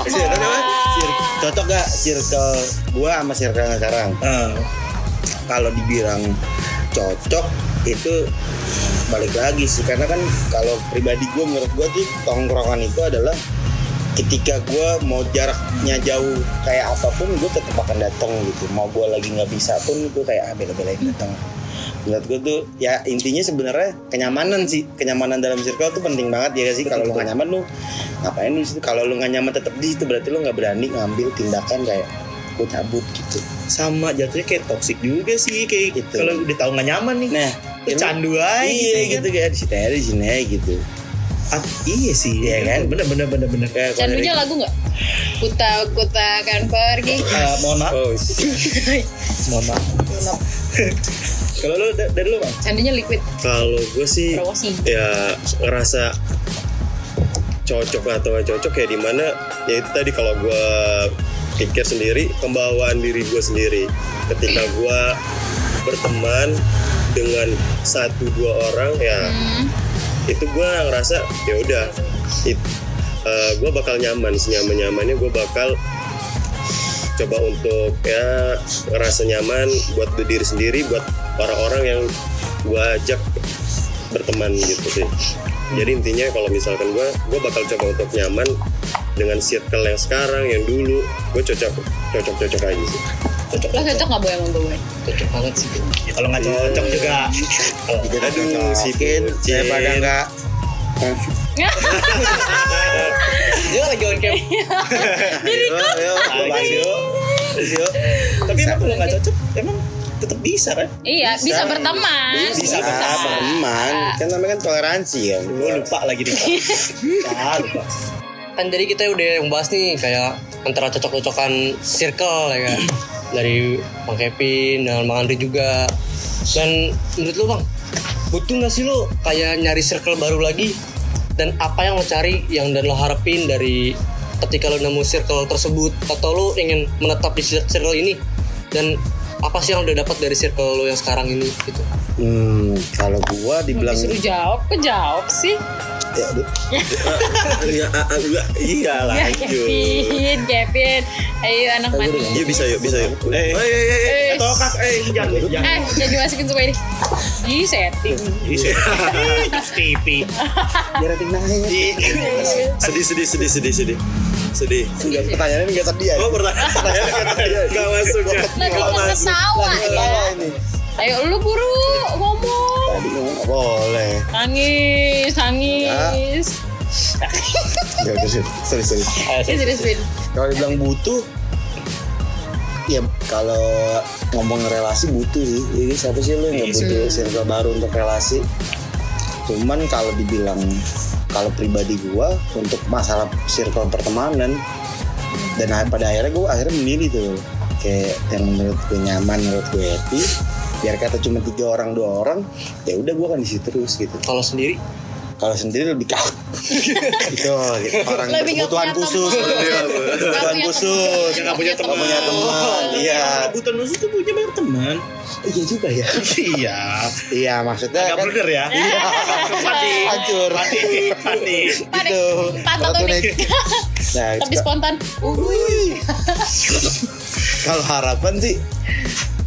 [SPEAKER 7] Cocok gak circle gua sama circle yang sekarang?
[SPEAKER 1] Ah.
[SPEAKER 7] Kalau dibilang cocok itu balik lagi sih, karena kan kalau pribadi gua menurut gua tuh tongkrongan itu adalah ketika gua mau jaraknya jauh kayak apapun gua tetap akan datang gitu. Mau gua lagi nggak bisa pun gua kayak ah, bela-belain datang. Menurut gue tuh ya intinya sebenarnya kenyamanan sih, kenyamanan dalam circle tuh penting banget ya gak sih. Kalau lu nggak nyaman lu ngapain di situ? Kalau lu nggak nyaman tetap di situ berarti lu nggak berani ngambil tindakan kayak gue cabut gitu.
[SPEAKER 1] Sama jatuhnya kayak toxic juga sih kayak
[SPEAKER 7] Gitu.
[SPEAKER 1] kalau udah tahu nggak nyaman nih.
[SPEAKER 7] Nah,
[SPEAKER 1] Lu candu aja
[SPEAKER 7] iya
[SPEAKER 1] gitu
[SPEAKER 7] gitu kayak di situ aja di sini aja gitu.
[SPEAKER 1] Ah, iya sih,
[SPEAKER 7] Iya kan?
[SPEAKER 1] bener bener bener bener.
[SPEAKER 7] Kayak kalau
[SPEAKER 3] Candunya
[SPEAKER 7] dari-
[SPEAKER 3] lagu nggak? Kuta kuta kan pergi.
[SPEAKER 1] Eh, mohon maaf,
[SPEAKER 4] Oh,
[SPEAKER 1] mohon maaf. Kalau lu da- dari lu bang?
[SPEAKER 3] Candunya liquid.
[SPEAKER 4] kalau gue sih
[SPEAKER 3] Promosi.
[SPEAKER 4] ya ngerasa cocok atau gak cocok ya di mana ya itu tadi kalau gue pikir sendiri pembawaan diri gue sendiri ketika gue berteman dengan satu dua orang ya
[SPEAKER 3] Hmm.
[SPEAKER 4] itu gue ngerasa ya udah gue bakal nyaman senyaman nyamannya gue bakal coba untuk ya ngerasa nyaman buat diri sendiri buat orang-orang yang gue ajak berteman gitu sih. Jadi intinya kalau misalkan gue gue bakal coba untuk nyaman dengan circle yang sekarang yang dulu gue cocok cocok cocok aja sih.
[SPEAKER 1] Cocok
[SPEAKER 3] Lo cocok nggak boy sama gue boy?
[SPEAKER 2] Cocok banget sih.
[SPEAKER 1] Ya, kalau nggak cocok juga.
[SPEAKER 4] Aduh si
[SPEAKER 7] Mungkin saya
[SPEAKER 4] bucin.
[SPEAKER 7] pada nggak
[SPEAKER 2] Dia lagi on cam.
[SPEAKER 7] Ayo, ayo, bahas yuk. Bahas yuk.
[SPEAKER 1] Tapi emang kalau nggak cocok emang tetap bisa kan?
[SPEAKER 3] Iya, bisa, berteman.
[SPEAKER 7] Bisa, berteman. Kan namanya kan toleransi kan.
[SPEAKER 1] Gue lupa lagi deh. Ah, lupa.
[SPEAKER 2] Kan jadi kita udah membahas nih kayak antara cocok-cocokan circle ya kan. Dari Bang Kevin dan Bang Andri juga. Dan menurut lu Bang, butuh gak sih lo kayak nyari circle baru lagi? Dan apa yang lo cari yang dan lo harapin dari ketika lo nemu circle tersebut? Atau lo ingin menetap di circle ini? Dan apa sih yang udah dapat dari circle lo yang sekarang ini gitu?
[SPEAKER 7] Hmm, kalau gua dibilang
[SPEAKER 3] Disuruh jawab, kok jawab sih?
[SPEAKER 7] ya, aduh.
[SPEAKER 4] Ya, ah, ah, iya, iya
[SPEAKER 3] Ya,
[SPEAKER 4] lanjut.
[SPEAKER 3] Kevin, Kevin. Ayo anak mandi.
[SPEAKER 4] Iya bisa yuk bisa yuk.
[SPEAKER 1] Eh,
[SPEAKER 4] Oh, iya, iya, iya.
[SPEAKER 3] Eh,
[SPEAKER 1] tokak, eh jangan, jangan.
[SPEAKER 3] Eh, jadi masukin semua ini. Di setting.
[SPEAKER 1] T V.
[SPEAKER 7] biar rating naik.
[SPEAKER 4] Sedih sedih sedih sedih sedih sedih.
[SPEAKER 7] Enggak, pertanyaannya enggak tadi ya.
[SPEAKER 4] Oh pertanyaan pertanyaan nggak masuk ya.
[SPEAKER 3] Lagi mau ketawa ya.
[SPEAKER 7] ini.
[SPEAKER 3] Ayo lu buru ngomong.
[SPEAKER 7] Tadi ngomong nggak boleh.
[SPEAKER 3] Nangis, nangis.
[SPEAKER 7] Ya udah, sorry sorry.
[SPEAKER 3] Ya serius, Vin.
[SPEAKER 7] Kalau dibilang butuh, ya kalau ngomong relasi butuh sih. Jadi siapa sih lu yang nggak butuh circle baru untuk relasi? Cuman kalau dibilang kalau pribadi gua untuk masalah circle pertemanan dan pada akhirnya gua akhirnya memilih tuh kayak yang menurut gue nyaman, menurut gue happy. Biar kata cuma tiga orang dua orang, ya udah gua akan di situ terus gitu.
[SPEAKER 2] Kalau sendiri?
[SPEAKER 7] Kalau sendiri lebih kau gitu, gitu. Orang
[SPEAKER 3] Lebih nggak
[SPEAKER 7] kebutuhan
[SPEAKER 3] punya
[SPEAKER 7] khusus,
[SPEAKER 3] teman.
[SPEAKER 7] kebutuhan
[SPEAKER 3] punya
[SPEAKER 7] khusus,
[SPEAKER 1] Yang nggak punya teman.
[SPEAKER 7] Nggak punya teman, iya.
[SPEAKER 1] Kebutuhan khusus tuh punya banyak teman.
[SPEAKER 7] Iya juga ya.
[SPEAKER 1] Iya.
[SPEAKER 7] Iya maksudnya
[SPEAKER 1] Agak
[SPEAKER 7] kan
[SPEAKER 1] blunder ya. Mati.
[SPEAKER 7] hancur.
[SPEAKER 1] Mati. Mati.
[SPEAKER 3] Panik.
[SPEAKER 7] Gitu.
[SPEAKER 3] Patah tuh
[SPEAKER 7] Ratunik.
[SPEAKER 3] nih.
[SPEAKER 7] Nah,
[SPEAKER 3] Tapi
[SPEAKER 7] ka-
[SPEAKER 3] spontan.
[SPEAKER 7] kalau harapan sih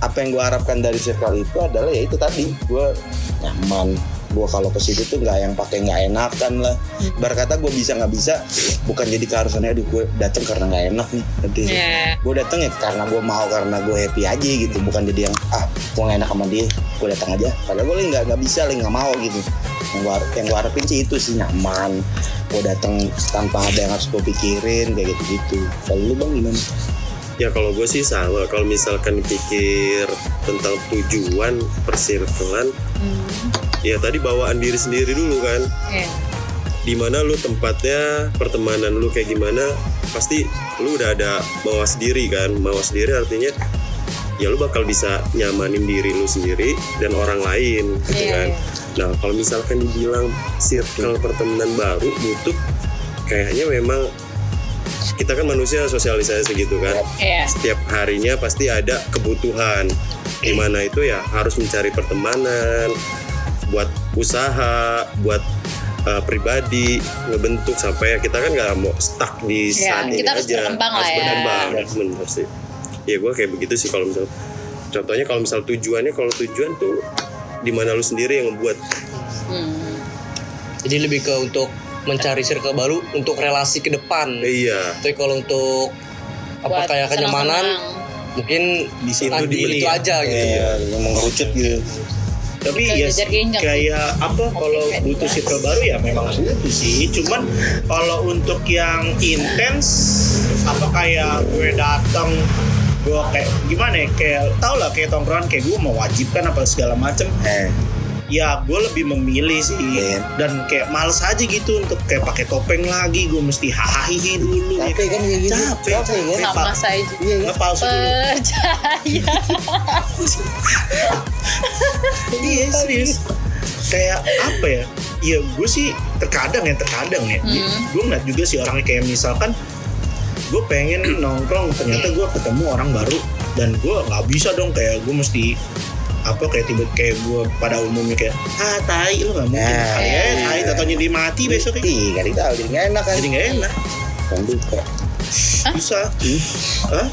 [SPEAKER 7] apa yang gue harapkan dari circle itu adalah ya itu tadi, gue nyaman. Gue kalau ke situ tuh nggak yang pakai nggak enakan lah. Berkata gue bisa nggak bisa, bukan jadi keharusannya. Aduh gue datang karena nggak enak nih.
[SPEAKER 3] Yeah.
[SPEAKER 7] Gue datang ya karena gue mau, karena gue happy aja gitu. Bukan jadi yang ah gue nggak enak sama dia, gue datang aja. Padahal gue nggak nggak bisa, nggak mau gitu. Yang gue yang gue harapin sih itu sih, nyaman. Gue datang tanpa ada yang harus gue pikirin kayak gitu gitu. Kalau lu bang gimana?
[SPEAKER 4] Ya kalau gue sih sama. Kalau misalkan pikir tentang tujuan persirkelan, hmm. ya tadi bawaan diri sendiri dulu kan.
[SPEAKER 3] Yeah.
[SPEAKER 4] Dimana lu tempatnya, pertemanan lu kayak gimana, pasti lu udah ada mawas diri kan. Mawas diri artinya ya lu bakal bisa nyamanin diri lu sendiri dan orang lain gitu
[SPEAKER 3] yeah,
[SPEAKER 4] kan.
[SPEAKER 3] Yeah.
[SPEAKER 4] Nah kalau misalkan dibilang circle pertemanan baru butuh, kayaknya memang kita kan manusia sosialisasi gitu kan.
[SPEAKER 3] Yeah.
[SPEAKER 4] Setiap harinya pasti ada kebutuhan. Dimana itu ya harus mencari pertemanan, buat usaha, buat uh, pribadi, ngebentuk sampai kita kan nggak mau stuck di
[SPEAKER 3] yeah,
[SPEAKER 4] saat ini
[SPEAKER 3] kita harus
[SPEAKER 4] aja.
[SPEAKER 3] berkembang
[SPEAKER 4] harus
[SPEAKER 3] lah ya.
[SPEAKER 4] berkembang, bener sih. Ya gue kayak begitu sih kalau misal. Contohnya kalau misal tujuannya, kalau tujuan tuh dimana lu sendiri yang ngebuat.
[SPEAKER 3] Hmm.
[SPEAKER 2] Jadi lebih ke untuk mencari circle baru untuk relasi ke depan.
[SPEAKER 4] Iya.
[SPEAKER 2] Tapi kalau untuk apa
[SPEAKER 3] Buat
[SPEAKER 2] kayak kenyamanan
[SPEAKER 3] senang-senang.
[SPEAKER 2] mungkin
[SPEAKER 4] Di situ
[SPEAKER 2] di
[SPEAKER 4] dipilih
[SPEAKER 2] itu
[SPEAKER 4] ya.
[SPEAKER 2] aja gitu.
[SPEAKER 7] Iya, yang mengerucut gitu.
[SPEAKER 1] Tapi
[SPEAKER 3] Bisa
[SPEAKER 1] ya
[SPEAKER 3] jajar genjang.
[SPEAKER 1] kayak apa kalau
[SPEAKER 3] Oke,
[SPEAKER 1] butuh
[SPEAKER 3] kayak
[SPEAKER 1] circle baru ya memang butuh sih. Cuman kalau untuk yang intens apa kayak gue datang gue kayak gimana ya, kayak tau lah kayak tongkrongan kayak gue mewajibkan apa segala macem.
[SPEAKER 7] Eh,
[SPEAKER 1] Ya gue lebih memilih sih.
[SPEAKER 7] Iya.
[SPEAKER 1] Dan kayak males aja gitu untuk kayak pakai topeng lagi, gue mesti hahihi dulu.
[SPEAKER 7] capek kan kayak gitu.
[SPEAKER 1] Capek,
[SPEAKER 7] Capek kan?
[SPEAKER 1] capek.
[SPEAKER 3] Sama saya juga.
[SPEAKER 7] Iya, iya.
[SPEAKER 1] Ngepalsu dulu.
[SPEAKER 3] Percaya.
[SPEAKER 1] Iya serius. Kayak apa ya? Ya gue sih terkadang ya terkadang ya.
[SPEAKER 3] Hmm.
[SPEAKER 1] Gue ngeliat juga sih orangnya kayak misalkan gue pengen nongkrong, ternyata gue ketemu orang baru dan gue nggak bisa dong kayak gue mesti apa kayak tiba kayak gue pada umumnya kayak ah tai lu nggak mungkin
[SPEAKER 7] Nah,
[SPEAKER 1] ah, ya tai tatonya dia mati besok
[SPEAKER 7] Ih, gak ditahu, jadi gak enak kan.
[SPEAKER 1] jadi nggak enak
[SPEAKER 7] Kan duka.
[SPEAKER 1] bisa Hah?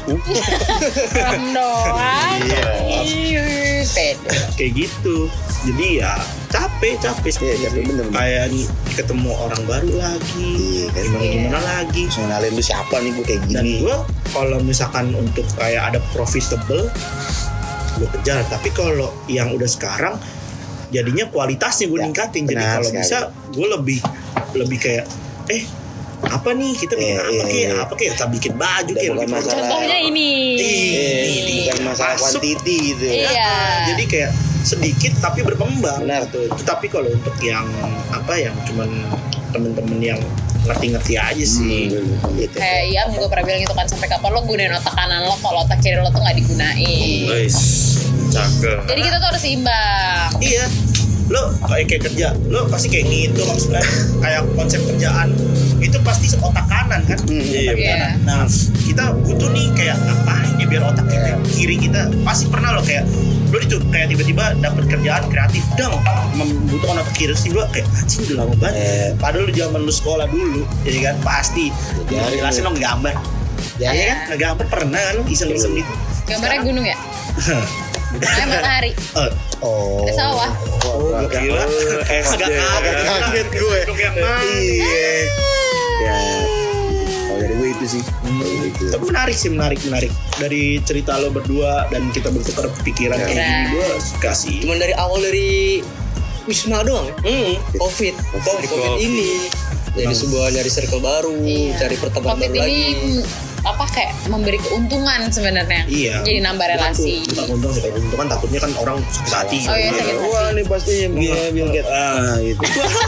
[SPEAKER 3] Ram doang.
[SPEAKER 1] Iya.
[SPEAKER 3] Ih, pede.
[SPEAKER 1] Kayak gitu. Jadi ya capek capek
[SPEAKER 7] Iya, capek bener.
[SPEAKER 1] kayak nih ketemu orang baru lagi
[SPEAKER 7] Iya, kan.
[SPEAKER 1] gimana gimana lagi
[SPEAKER 7] Terus ngenalin lu siapa nih, gue kayak
[SPEAKER 1] dan
[SPEAKER 7] gini.
[SPEAKER 1] gue kalau misalkan untuk kayak ada profitable gue kejar, tapi kalau yang udah sekarang jadinya kualitasnya gue
[SPEAKER 7] Ya,
[SPEAKER 1] ningkatin. Jadi
[SPEAKER 7] benar
[SPEAKER 1] kalau
[SPEAKER 7] sekali.
[SPEAKER 1] bisa gue lebih lebih kayak eh apa nih kita bikin
[SPEAKER 7] Iya,
[SPEAKER 1] apa
[SPEAKER 7] iya,
[SPEAKER 1] kayak
[SPEAKER 7] iya.
[SPEAKER 1] apa kayak kita bikin baju
[SPEAKER 7] Udah
[SPEAKER 1] kayak
[SPEAKER 7] bukan
[SPEAKER 1] bikin
[SPEAKER 7] masalah.
[SPEAKER 3] Contohnya ini.
[SPEAKER 1] Ih,
[SPEAKER 7] Eh,
[SPEAKER 1] ini
[SPEAKER 7] bukan masalah
[SPEAKER 1] masuk.
[SPEAKER 7] quantity gitu.
[SPEAKER 3] Iya.
[SPEAKER 1] Jadi kayak sedikit tapi berkembang.
[SPEAKER 7] Benar.
[SPEAKER 1] Gitu. Tapi kalau untuk yang apa yang cuman temen-temen yang ngerti-ngerti aja sih.
[SPEAKER 7] Hmm, gitu.
[SPEAKER 3] Kayak Iam juga pernah bilang gitu kan, sampai kapan lo gunain otak kanan lo kalau otak kiri lo tuh nggak digunain.
[SPEAKER 4] Guys, cakep.
[SPEAKER 3] Jadi kita tuh harus seimbang.
[SPEAKER 1] Iya. Lo kayak kayak kerja, lo pasti kayak gitu maksudnya kayak konsep kerjaan itu pasti otak kanan kan.
[SPEAKER 7] Hmm,
[SPEAKER 4] iya,
[SPEAKER 3] Iya.
[SPEAKER 1] Kanan. Nah, kita butuh nih kayak ngapain ya biar otak kita kiri kita pasti pernah lo kayak lo itu kayak tiba-tiba dapat kerjaan kreatif dong membutuhkan otak kiri sih lo kayak anjing udah lama banget.
[SPEAKER 7] Eh.
[SPEAKER 1] Padahal lu zaman lu sekolah dulu, ya kan pasti.
[SPEAKER 7] Ya,
[SPEAKER 1] Jelasin lo ngegambar.
[SPEAKER 7] Ya,
[SPEAKER 1] Ya kan, ngegambar pernah kan lo iseng-iseng gitu.
[SPEAKER 3] Gambarnya gunung ya? Kayak matahari.
[SPEAKER 1] Eh,
[SPEAKER 7] Oh.
[SPEAKER 3] Ke sawah.
[SPEAKER 1] Oh, gue kira
[SPEAKER 4] Eh,
[SPEAKER 1] agak
[SPEAKER 4] agak
[SPEAKER 1] kaget,
[SPEAKER 7] kaget gue.
[SPEAKER 1] Untuk yang mana?
[SPEAKER 7] Iya. Ya. Kalau dari gue itu sih.
[SPEAKER 1] Hmm, tapi menarik sih, menarik, menarik. Dari cerita lo berdua dan kita bertukar pikiran kayak
[SPEAKER 3] Ya.
[SPEAKER 1] gini, gue suka sih.
[SPEAKER 2] Cuman dari awal dari Wisma doang ya?
[SPEAKER 1] Hmm,
[SPEAKER 2] Covid.
[SPEAKER 4] Covid.
[SPEAKER 2] Covid, COVID ini. Jadi sebuah nyari circle baru,
[SPEAKER 3] Iya.
[SPEAKER 2] cari pertemanan
[SPEAKER 3] Covid
[SPEAKER 2] baru
[SPEAKER 3] ini
[SPEAKER 2] lagi.
[SPEAKER 3] mm, apa kayak memberi keuntungan sebenarnya.
[SPEAKER 1] iya.
[SPEAKER 3] Jadi nambah relasi.
[SPEAKER 1] Bukan untung sih, kalau untung kan takutnya kan orang sakit hati.
[SPEAKER 3] Oh iya, sakit hati.
[SPEAKER 7] Wah, ini pastinya Bill Bill Gates. Ah, gitu.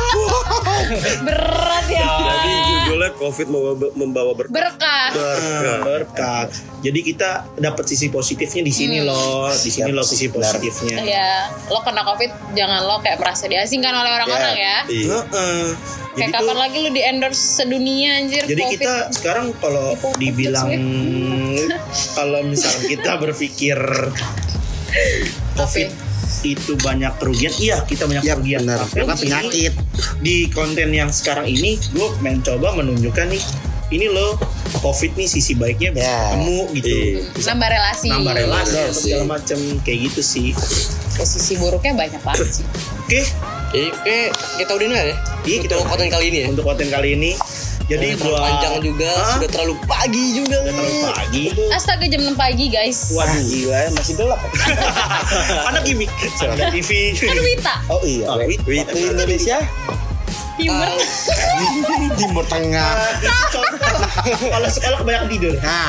[SPEAKER 3] Berat ya.
[SPEAKER 4] Jadi judulnya COVID membawa, membawa berkah.
[SPEAKER 3] Berkah.
[SPEAKER 1] Ah, berkat. Jadi kita dapat sisi positifnya di sini
[SPEAKER 3] Hmm.
[SPEAKER 1] loh, di sini loh sisi
[SPEAKER 7] Benar.
[SPEAKER 1] positifnya.
[SPEAKER 3] Ya, lo kena Covid jangan lo kayak merasa diasingkan oleh orang-orang ya.
[SPEAKER 4] Iya.
[SPEAKER 1] Heeh. Jadi
[SPEAKER 3] Kayak kapan
[SPEAKER 1] tuh-
[SPEAKER 3] lagi lu di endorse sedunia anjir
[SPEAKER 1] Jadi
[SPEAKER 3] Covid.
[SPEAKER 1] kita sekarang kalau
[SPEAKER 3] Covid
[SPEAKER 1] dibilang
[SPEAKER 3] jokes
[SPEAKER 1] kalau misalnya kita berpikir Covid itu banyak kerugian, iya kita banyak
[SPEAKER 7] Ya,
[SPEAKER 1] kerugian.
[SPEAKER 7] benar.
[SPEAKER 1] Tapi
[SPEAKER 7] Karena
[SPEAKER 1] di sini,
[SPEAKER 7] penyakit.
[SPEAKER 1] di konten yang sekarang ini gue mencoba menunjukkan nih ini loh COVID nih sisi baiknya bisa
[SPEAKER 7] Ya.
[SPEAKER 1] ketemu gitu.
[SPEAKER 4] Iya.
[SPEAKER 3] Nambah relasi.
[SPEAKER 1] Nambah relasi
[SPEAKER 4] Iya
[SPEAKER 1] atau
[SPEAKER 4] sih.
[SPEAKER 1] segala macam kayak gitu sih.
[SPEAKER 3] Ke sisi buruknya banyak banget sih.
[SPEAKER 1] Oke,
[SPEAKER 2] Jadi kayak kita udah ya.
[SPEAKER 1] Iya, kita
[SPEAKER 2] Untuk konten kali ini ya.
[SPEAKER 1] untuk konten kali ini. Jadi
[SPEAKER 2] Terlalu
[SPEAKER 1] gua
[SPEAKER 2] panjang juga,
[SPEAKER 1] Hah?
[SPEAKER 2] sudah terlalu pagi juga.
[SPEAKER 1] Udah terlalu pagi.
[SPEAKER 3] Astaga jam enam pagi guys.
[SPEAKER 1] Waduh,
[SPEAKER 7] Gila masih gelap.
[SPEAKER 1] anak gimmick, anak T V.
[SPEAKER 3] Kan Wita.
[SPEAKER 7] Oh iya.
[SPEAKER 1] Oh,
[SPEAKER 7] Waktu
[SPEAKER 1] wait, wait.
[SPEAKER 7] Indonesia
[SPEAKER 3] Timur.
[SPEAKER 7] Timur Tengah.
[SPEAKER 1] Kalau sekolah kebanyakan tidur.
[SPEAKER 7] Nah,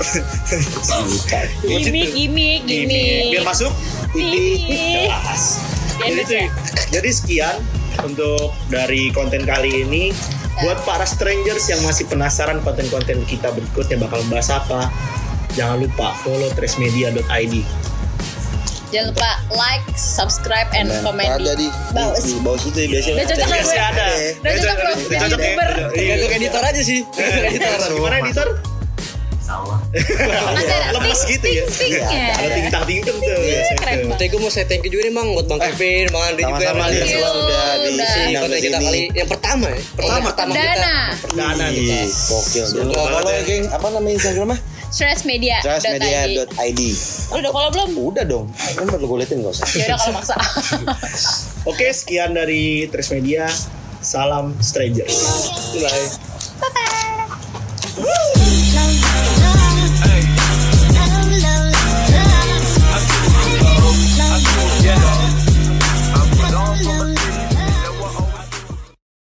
[SPEAKER 3] Gimik, gimik, gimik.
[SPEAKER 1] Biar masuk.
[SPEAKER 3] Gimik.
[SPEAKER 1] Jelas. Jadi,
[SPEAKER 3] Enak ya?
[SPEAKER 1] jadi sekian untuk dari konten kali ini. Buat para strangers yang masih penasaran konten-konten kita berikutnya bakal membahas apa, jangan lupa follow trashmedia dot i d.
[SPEAKER 3] Jangan lupa like, subscribe, and comment
[SPEAKER 7] ada
[SPEAKER 3] di
[SPEAKER 7] di
[SPEAKER 3] bawah.
[SPEAKER 7] di bawah situ ya biasanya.
[SPEAKER 3] Udah cocok kan gue?
[SPEAKER 1] Biasanya ada.
[SPEAKER 3] Udah cocok belum?
[SPEAKER 1] Udah
[SPEAKER 3] Jadi
[SPEAKER 1] cocok ya?
[SPEAKER 3] youtuber.
[SPEAKER 2] Tergantung editor aja sih. Editor.
[SPEAKER 1] Gimana editor?
[SPEAKER 3] Nanti ada
[SPEAKER 1] Lemes
[SPEAKER 3] ting-
[SPEAKER 1] gitu ya.
[SPEAKER 3] ting-tingnya.
[SPEAKER 1] Ada tingtang tingtang tuh.
[SPEAKER 3] Iya, keren banget.
[SPEAKER 2] Tapi gue mau saya thank you juga nih Bang buat Bang Kevin, Bang Andri juga
[SPEAKER 7] Sama-sama
[SPEAKER 2] yang
[SPEAKER 7] nih
[SPEAKER 3] Thank you.
[SPEAKER 7] sudah di
[SPEAKER 3] Udah.
[SPEAKER 7] sini
[SPEAKER 2] konten kita kali yang pertama ya. Konten pertama kita.
[SPEAKER 3] Dana.
[SPEAKER 1] Perdana nih.
[SPEAKER 7] Ih, gokil. Jangan lupa
[SPEAKER 1] Banget
[SPEAKER 7] follow
[SPEAKER 1] ya.
[SPEAKER 7] geng. Apa namanya Instagramnya?
[SPEAKER 3] Stressmedia.
[SPEAKER 7] trashmedia dot i d.
[SPEAKER 3] Udah follow belum?
[SPEAKER 7] Udah dong. Kan baru gue liatin gak usah.
[SPEAKER 3] Ya udah kalau maksa.
[SPEAKER 1] Oke, sekian dari Trashmedia. Salam strangers.
[SPEAKER 2] Bye.
[SPEAKER 3] Bye bye.